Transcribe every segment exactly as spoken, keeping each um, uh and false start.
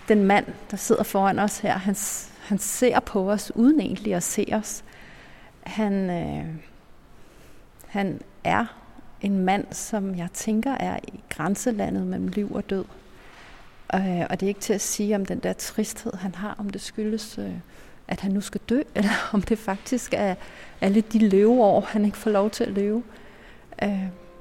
den mand, der sidder foran os her, han, han ser på os, uden egentlig at se os. Han, øh, han er en mand, som jeg tænker er i grænselandet mellem liv og død. Øh, og det er ikke til at sige, om den der tristhed, han har, om det skyldes, øh, at han nu skal dø, eller om det faktisk er alle de leveår, han ikke får lov til at leve. Øh.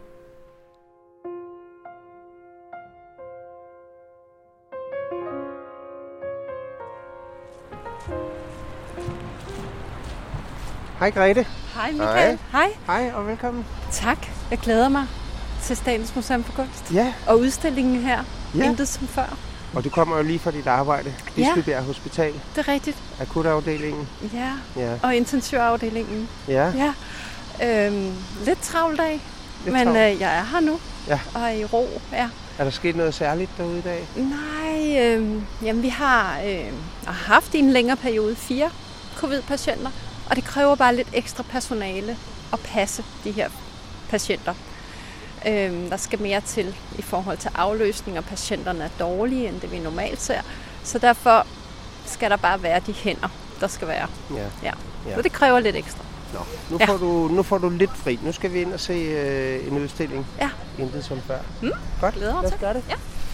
Hej Grete. Hej Michael. Hej. Hej og velkommen. Tak. Jeg glæder mig til Statens Museum for Kunst. Ja. Og udstillingen her. Ja. Intet som før. Og du kommer jo lige fra dit arbejde. Bispebjerg Hospital. Det er rigtigt. Akutafdelingen. Ja. Ja. Og intensivafdelingen. Ja. Ja. Øhm, lidt travlt dag. Lidt men travlt. Øh, jeg er her nu. Ja. Og er i ro. Ja. Er der sket noget særligt derude i dag? Nej. Øh, jamen vi har øh, haft i en længere periode fire covid-patienter. Og det kræver bare lidt ekstra personale at passe de her patienter. Øhm, der skal mere til i forhold til afløsning, og patienterne er dårlige, end det vi normalt ser. Så derfor skal der bare være de hænder, der skal være. Ja. Ja. Ja. Så det kræver lidt ekstra. Nå, nu, Ja. får du, nu får du lidt fri. Nu skal vi ind og se øh, en udstilling. Ja. Intet som før. Mm. Godt, Glæder mig lad os til. gøre det. Ja.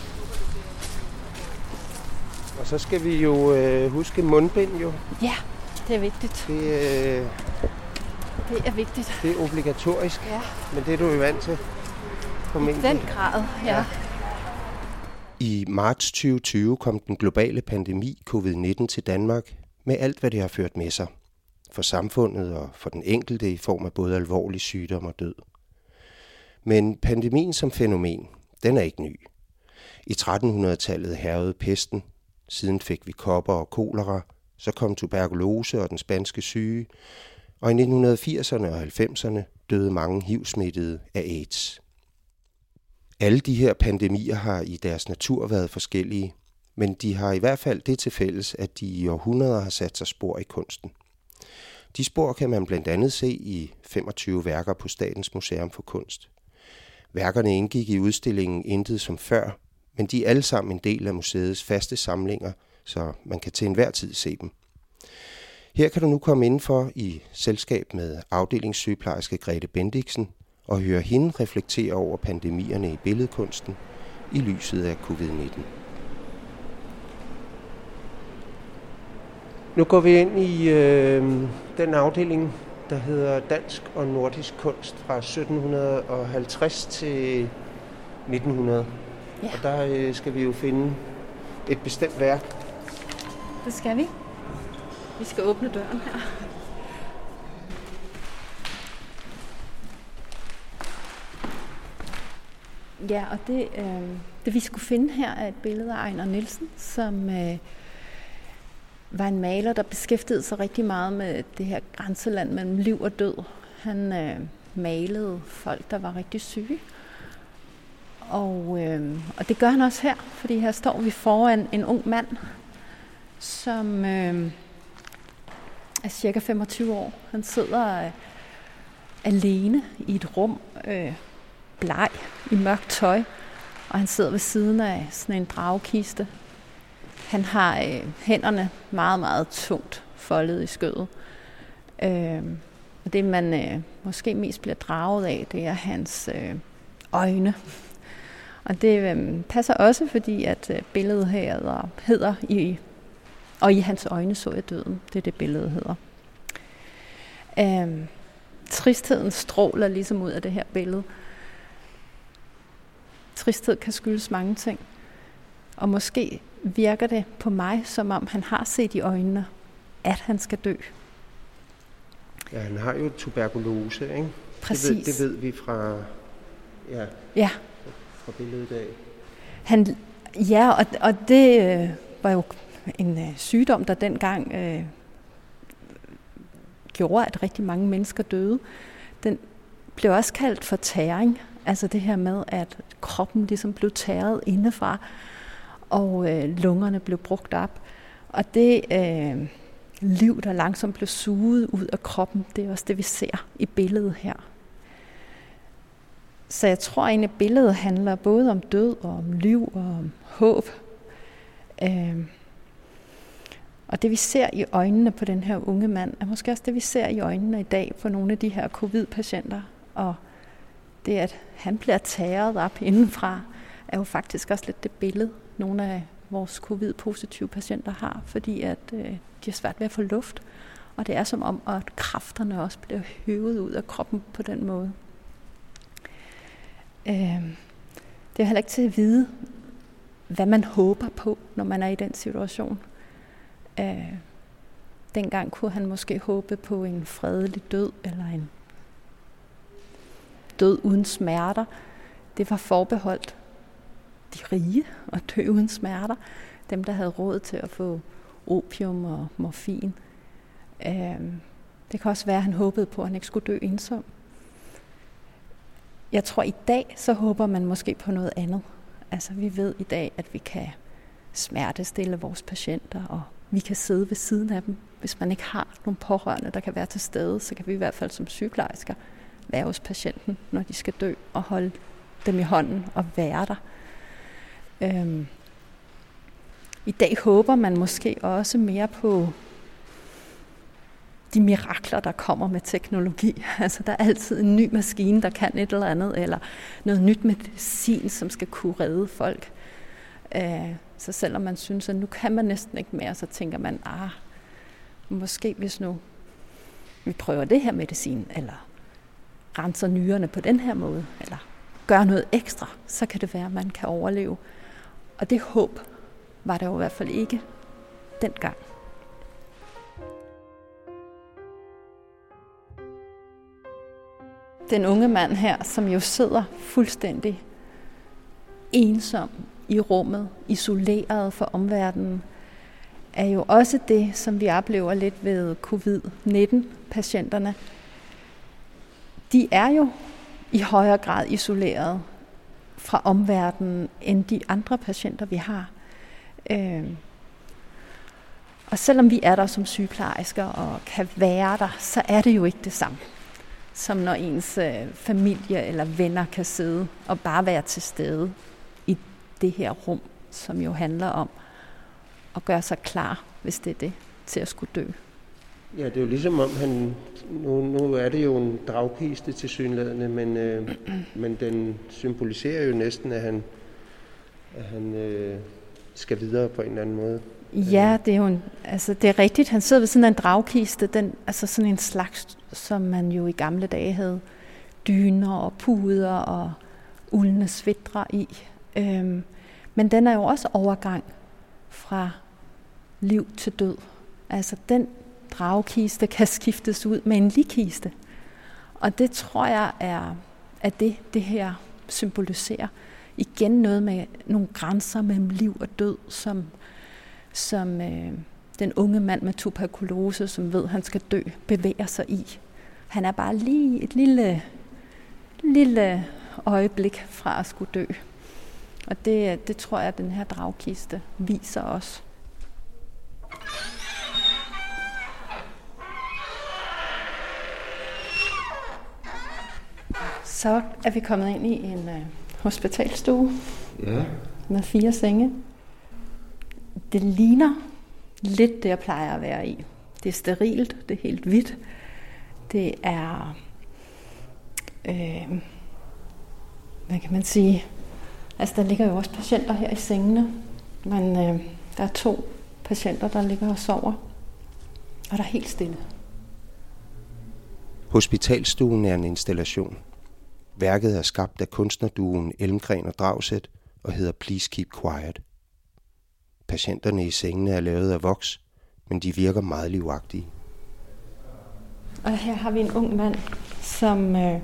Og så skal vi jo øh, huske mundbind jo. Ja, det er vigtigt. Det, øh, Det er vigtigt. det er obligatorisk, Ja. men det er du jo vant til. I den grad, ja. ja. I marts tyve tyve kom den globale pandemi covid nitten til Danmark med alt, hvad det har ført med sig. For samfundet og for den enkelte i form af både alvorlig sygdom og død. Men pandemien som fænomen, den er ikke ny. I trettenhundredetallet hærgede pesten, siden fik vi kopper og kolera, så kom tuberkulose og den spanske syge, og i nitten firserne og halvfemserne døde mange H I V-smittede af AIDS. Alle de her pandemier har i deres natur været forskellige, men de har i hvert fald det til fælles, at de i århundreder har sat sig spor i kunsten. De spor kan man blandt andet se i femogtyve værker på Statens Museum for Kunst. Værkerne indgik i udstillingen Intet som før, men de er alle sammen en del af museets faste samlinger, så man kan til enhver tid se dem. Her kan du nu komme indenfor i selskab med afdelingssygeplejerske Grete Bendiksen og høre hende reflektere over pandemierne i billedkunsten i lyset af covid nitten. Nu går vi ind i øh, den afdeling, der hedder Dansk og Nordisk Kunst fra sytten halvtreds til nitten hundrede. Ja. Og der øh, skal vi jo finde et bestemt værk. Det skal vi. Vi skal åbne døren her. Ja, og det, øh, det vi skulle finde her er et billede af Ejnar Nielsen, som øh, var en maler, der beskæftigede sig rigtig meget med det her grænseland mellem liv og død. Han øh, malede folk, der var rigtig syge. Og, øh, og det gør han også her, fordi her står vi foran en ung mand, som øh, er cirka femogtyve år. Han sidder øh, alene i et rum, øh, bleg, i mørkt tøj, og han sidder ved siden af sådan en dragkiste. Han har øh, hænderne meget, meget tungt foldet i skødet. Øh, og det, man øh, måske mest bliver draget af, det er hans øh, øjne. Og det øh, passer også, fordi at øh, billedet her hedder i, og i hans øjne så jeg døden. Det er det, billedet hedder. Øh, tristheden stråler ligesom ud af det her billede. Tristhed kan skyldes mange ting. Og måske virker det på mig, som om han har set i øjnene, at han skal dø. Ja, han har jo tuberkulose, ikke? Præcis. Det ved, det ved vi fra, ja, ja. fra billedet af. Han, ja, og, og det øh, var jo en øh, sygdom, der dengang øh, gjorde, at rigtig mange mennesker døde. Den blev også kaldt for tæring. Altså det her med, at kroppen ligesom blev tæret indefra, og øh, lungerne blev brugt op. Og det øh, liv, der langsomt blev suget ud af kroppen, det er også det, vi ser i billedet her. Så jeg tror egentlig, at billedet handler både om død og om liv og om håb. Øh, og det vi ser i øjnene på den her unge mand, er måske også det vi ser i øjnene i dag på nogle af de her covid-patienter. Og det at han bliver tæret op indenfra, er jo faktisk også lidt det billede, nogle af vores covid-positive patienter har, fordi at øh, de har svært ved at få luft. Og det er som om, at kræfterne også bliver høvet ud af kroppen på den måde. Øh, det er heller ikke til at vide, hvad man håber på, når man er i den situation. Øh, dengang kunne han måske håbe på en fredelig død, eller en død uden smerter. Det var forbeholdt de rige at dø uden smerter. Dem, der havde råd til at få opium og morfin. Øh, det kan også være, at han håbede på, at han ikke skulle dø ensom. Jeg tror, i dag, så håber man måske på noget andet. Altså, vi ved i dag, at vi kan smertestille vores patienter, og vi kan sidde ved siden af dem. Hvis man ikke har nogle pårørende, der kan være til stede, så kan vi i hvert fald som sygeplejersker være hos patienten, når de skal dø, og holde dem i hånden og være der. Øhm. I dag håber man måske også mere på de mirakler, der kommer med teknologi. Altså, der er altid en ny maskine, der kan et eller andet, eller noget nyt medicin, som skal kunne redde folk. Øh, så selvom man synes, at nu kan man næsten ikke mere, så tænker man, ah, måske hvis nu vi prøver det her medicin, eller renser nyrerne på den her måde, eller gør noget ekstra, så kan det være, at man kan overleve. Og det håb var der jo i hvert fald ikke dengang. Den unge mand her, som jo sidder fuldstændig ensom i rummet, isoleret fra omverdenen, er jo også det, som vi oplever lidt ved covid nitten-patienterne. De er jo i højere grad isoleret fra omverdenen end de andre patienter, vi har. Øh, og selvom vi er der som sygeplejersker og kan være der, så er det jo ikke det samme, som når ens øh, familie eller venner kan sidde og bare være til stede i det her rum, som jo handler om at gøre sig klar, hvis det er det, til at skulle dø. Ja, det er jo ligesom om, han, nu, nu er det jo en dragkiste tilsyneladende, men, øh, men den symboliserer jo næsten, at han, at han øh, skal videre på en eller anden måde. Ja, det er jo en, altså det er rigtigt. Han sidder ved sådan en dragkiste, den, altså sådan en slags, som man jo i gamle dage havde dyner og puder og uldne svitre i. Øhm, men den er jo også overgang fra liv til død. Altså den dragkiste kan skiftes ud med en ligkiste. Og det tror jeg er, er det, det her symboliserer. Igen noget med nogle grænser mellem liv og død, som, som øh, den unge mand med tuberkulose, som ved, at han skal dø, bevæger sig i. Han er bare lige et lille, lille øjeblik fra at skulle dø. Og det, det tror jeg, at den her dragkiste viser os. Så er vi kommet ind i en øh, hospitalstue, ja, med fire senge. Det ligner lidt det, jeg plejer at være i. Det er sterilt, det er helt hvidt. Det er, øh, hvad kan man sige, altså der ligger jo også patienter her i sengene, men øh, der er to patienter, der ligger og sover, og der er helt stille. Hospitalstuen er en installation. Værket er skabt af kunstnerduoen Elmgren og Dragset og hedder Please Keep Quiet. Patienterne i sengene er lavet af voks, men de virker meget livagtige. Og her har vi en ung mand, som øh,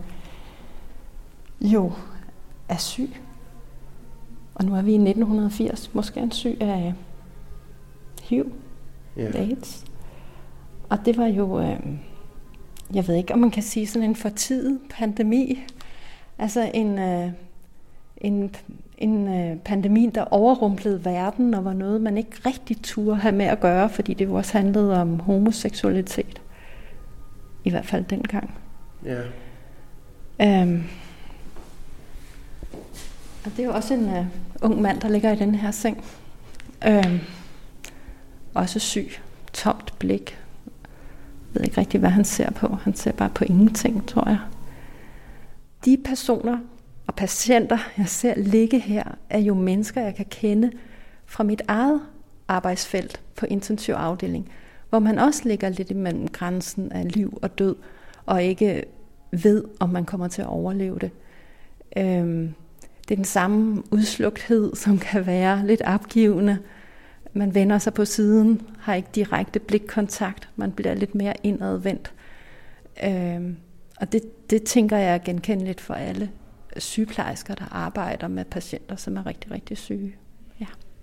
jo er syg. Og nu er vi i nitten firs. Måske er han syg af H I V, yeah. AIDS. Og det var jo, øh, jeg ved ikke, om man kan sige sådan en fortidig pandemi. Altså en, øh, en, en øh, pandemi, der overrumplede verden, og var noget, man ikke rigtig turde have med at gøre, fordi det også handlede om homoseksualitet. I hvert fald dengang. Ja. Øhm, og det er jo også en uh, ung mand, der ligger i den her seng. Øh, også syg. Tomt blik. Jeg ved ikke rigtig, hvad han ser på. Han ser bare på ingenting, tror jeg. De personer og patienter, jeg ser ligge her, er jo mennesker, jeg kan kende fra mit eget arbejdsfelt på intensiv afdeling, hvor man også ligger lidt imellem grænsen af liv og død, og ikke ved, om man kommer til at overleve det. Øhm, det er den samme udslugthed, som kan være lidt opgivende. Man vender sig på siden, har ikke direkte blikkontakt, man bliver lidt mere indadvendt. Øhm, og det, det tænker jeg er genkendeligt for alle sygeplejersker, der arbejder med patienter, som er rigtig, rigtig syge. Ja.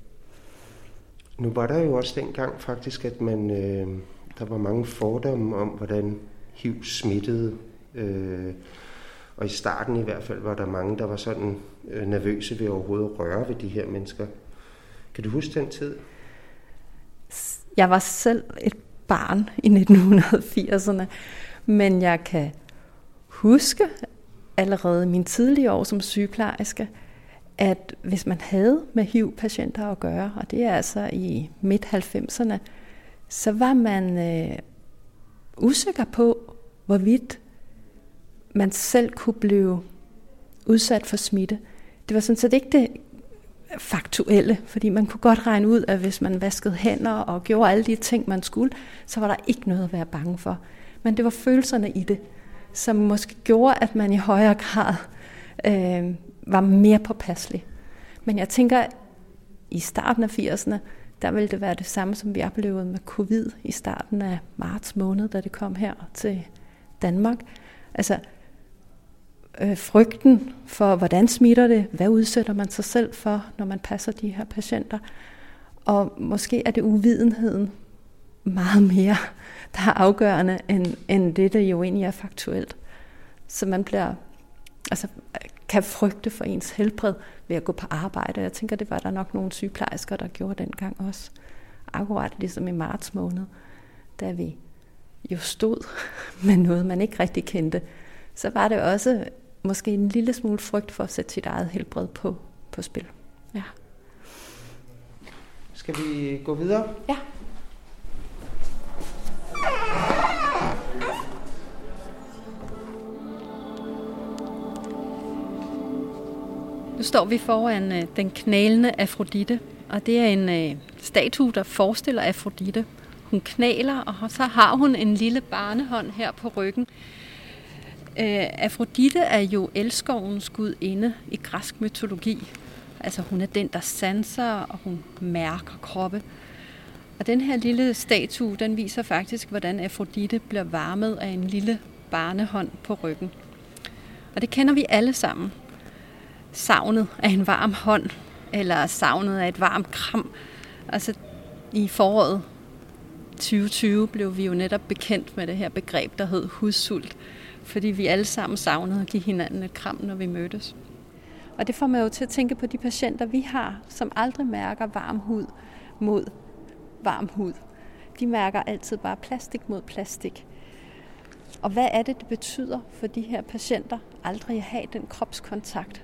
Nu var der jo også dengang faktisk, at man, øh, der var mange fordomme om, hvordan H I V smittede. Øh, og i starten i hvert fald var der mange, der var sådan øh, nervøse ved overhovedet at røre ved de her mennesker. Kan du huske den tid? Jeg var selv et barn i nitten firserne, men jeg kan huske allerede i mine tidlige år som sygeplejerske, at hvis man havde med H I V-patienter at gøre, og det er altså i midt halvfemserne, så var man øh, usikker på, hvorvidt man selv kunne blive udsat for smitte. Det var sådan set ikke det faktuelle, fordi man kunne godt regne ud, at hvis man vaskede hænder og gjorde alle de ting, man skulle, så var der ikke noget at være bange for. Men det var følelserne i det, som måske gjorde, at man i højere grad øh, var mere påpasselig. Men jeg tænker, i starten af firserne, der ville det være det samme, som vi oplevede med covid i starten af marts måned, da det kom her til Danmark. Altså øh, frygten for, hvordan smitter det, hvad udsætter man sig selv for, når man passer de her patienter. Og måske er det uvidenheden meget mere, der er afgørende, end, end det, der jo egentlig er faktuelt. Så man bliver, altså, kan frygte for ens helbred ved at gå på arbejde. Jeg tænker, det var der nok nogle sygeplejersker, der gjorde dengang også. Akkurat ligesom i marts måned, da vi jo stod med noget, man ikke rigtig kendte, så var det også måske en lille smule frygt for at sætte sit eget helbred på, på spil. Ja. Skal vi gå videre? Ja. Nu står vi foran øh, den knælende Afrodite, og det er en øh, statue, der forestiller Afrodite. Hun knæler, og så har hun en lille barnehånd her på ryggen. Øh, Afrodite er jo elskovens gudinde i græsk mytologi. Altså hun er den, der sanser, og hun mærker kroppe. Og den her lille statue, den viser faktisk, hvordan Afrodite bliver varmet af en lille barnehånd på ryggen. Og det kender vi alle sammen. Savnet af en varm hånd, eller savnet af et varmt kram. Altså i foråret tyve tyve blev vi jo netop bekendt med det her begreb, der hed hudsult, fordi vi alle sammen savnede at give hinanden et kram, når vi mødtes. Og det får mig jo til at tænke på de patienter, vi har, som aldrig mærker varm hud mod varm hud. De mærker altid bare plastik mod plastik. Og hvad er det, det betyder for de her patienter aldrig at have den kropskontakt?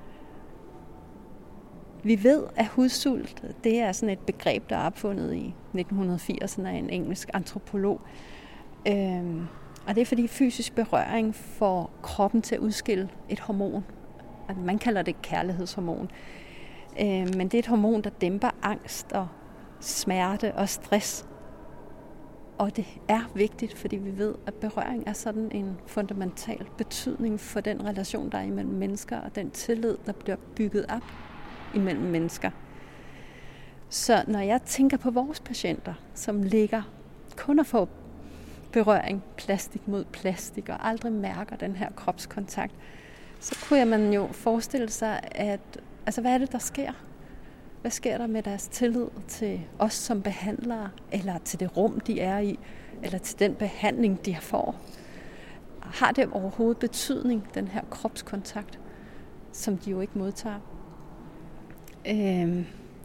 Vi ved, at hudsult, det er sådan et begreb, der er opfundet i nitten firserne af en engelsk antropolog. Øhm, og det er fordi fysisk berøring får kroppen til at udskille et hormon. Man kalder det kærlighedshormon. Øhm, men det er et hormon, der dæmper angst og smerte og stress. Og det er vigtigt, fordi vi ved, at berøring er sådan en fundamental betydning for den relation, der er imellem mennesker, og den tillid, der bliver bygget op imellem mennesker. Så når jeg tænker på vores patienter, som ligger kun at få berøring, plastik mod plastik, og aldrig mærker den her kropskontakt, så kunne man jo forestille sig, at altså, hvad er det, der sker? Hvad sker der med deres tillid til os som behandlere, eller til det rum, de er i, eller til den behandling, de får? Har det overhovedet betydning, den her kropskontakt, som de jo ikke modtager? Øhm.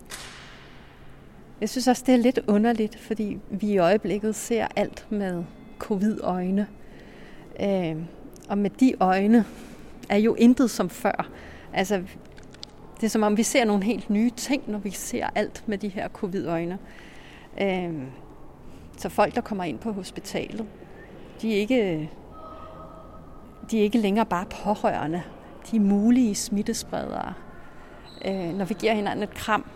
Jeg synes også, det er lidt underligt, fordi vi i øjeblikket ser alt med covid-øjne. Øhm. Og med de øjne er jo intet som før. Altså, det er som om, vi ser nogle helt nye ting, når vi ser alt med de her covid-øjne. Øh, så folk, der kommer ind på hospitalet, de er ikke, de er ikke længere bare pårørende. De er mulige smittespredere. Øh, når vi giver hinanden et kram,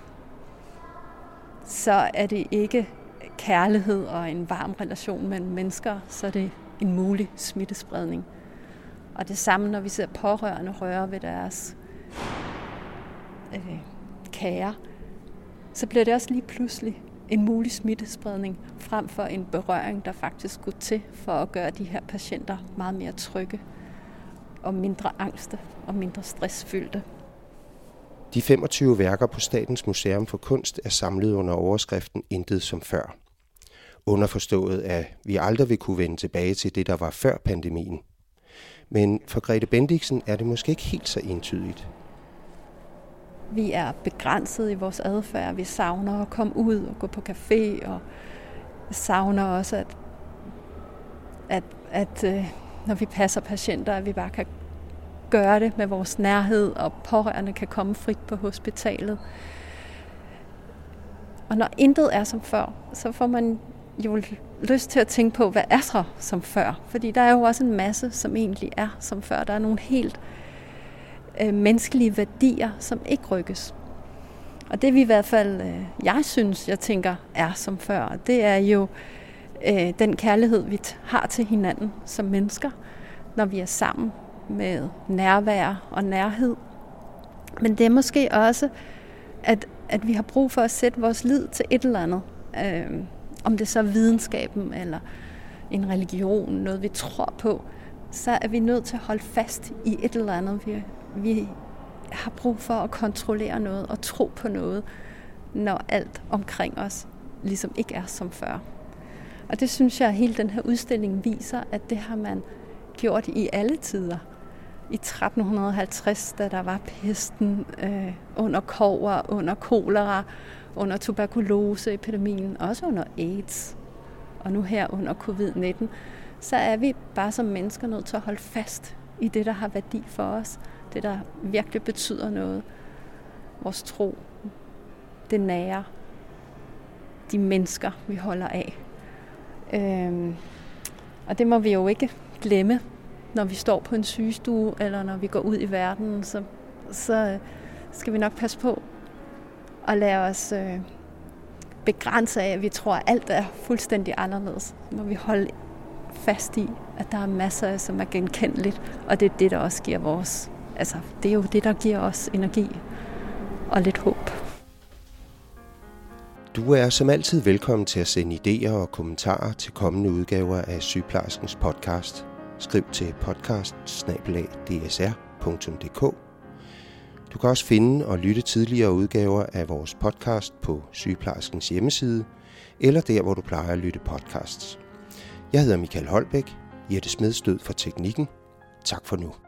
så er det ikke kærlighed og en varm relation mellem mennesker, så er det en mulig smittespredning. Og det samme, når vi ser pårørende røre ved deres øh, kære, så bliver det også lige pludselig en mulig smittespredning, frem for en berøring, der faktisk skulle til for at gøre de her patienter meget mere trygge og mindre angste og mindre stressfyldte. De femogtyve værker på Statens Museum for Kunst er samlet under overskriften Intet som før. Underforstået, at vi aldrig vil kunne vende tilbage til det, der var før pandemien. Men for Grete Bendixen er det måske ikke helt så entydigt. Vi er begrænset i vores adfærd. Vi savner at komme ud og gå på café, og savner også, at, at, at når vi passer patienter, at vi bare kan gøre det med vores nærhed, og pårørende kan komme frit på hospitalet. Og når intet er som før, så får man jo lyst til at tænke på, hvad er så som før? Fordi der er jo også en masse, som egentlig er som før. Der er nogle helt øh, menneskelige værdier, som ikke rykkes. Og det vi i hvert fald, øh, jeg synes, jeg tænker, er som før, det er jo øh, den kærlighed, vi har til hinanden som mennesker, når vi er sammen med nærvær og nærhed. Men det er måske også, at, at vi har brug for at sætte vores lid til et eller andet. Øh, om det så er videnskaben eller en religion, noget vi tror på, så er vi nødt til at holde fast i et eller andet. Vi, vi har brug for at kontrollere noget og tro på noget, når alt omkring os ligesom ikke er som før. Og det synes jeg, at hele den her udstilling viser, at det har man gjort i alle tider. I tretten halvtreds, da der var pesten, øh, under kobber, under kolera, under tuberkuloseepidemien, også under AIDS, og nu her under covid nitten, så er vi bare som mennesker nødt til at holde fast i det, der har værdi for os. Det, der virkelig betyder noget. Vores tro, det nære, de mennesker, vi holder af. Øhm, og det må vi jo ikke glemme, når vi står på en sygestue, eller når vi går ud i verden, så, så skal vi nok passe på og lade os øh, begrænse af, at vi tror, at alt er fuldstændig anderledes. Så må vi holde fast i, at der er masser af, som er genkendeligt, og det er det, der også giver vores, altså det er jo det, der giver os energi og lidt håb. Du er som altid velkommen til at sende idéer og kommentarer til kommende udgaver af Sygeplejerskens podcast. Skriv til podcast bindestreg d s r punktum d k. Du kan også finde og lytte tidligere udgaver af vores podcast på Sygeplejerskens hjemmeside, eller der, hvor du plejer at lytte podcasts. Jeg hedder Michael Holbæk. Jette Smedstød for teknikken. Tak for nu.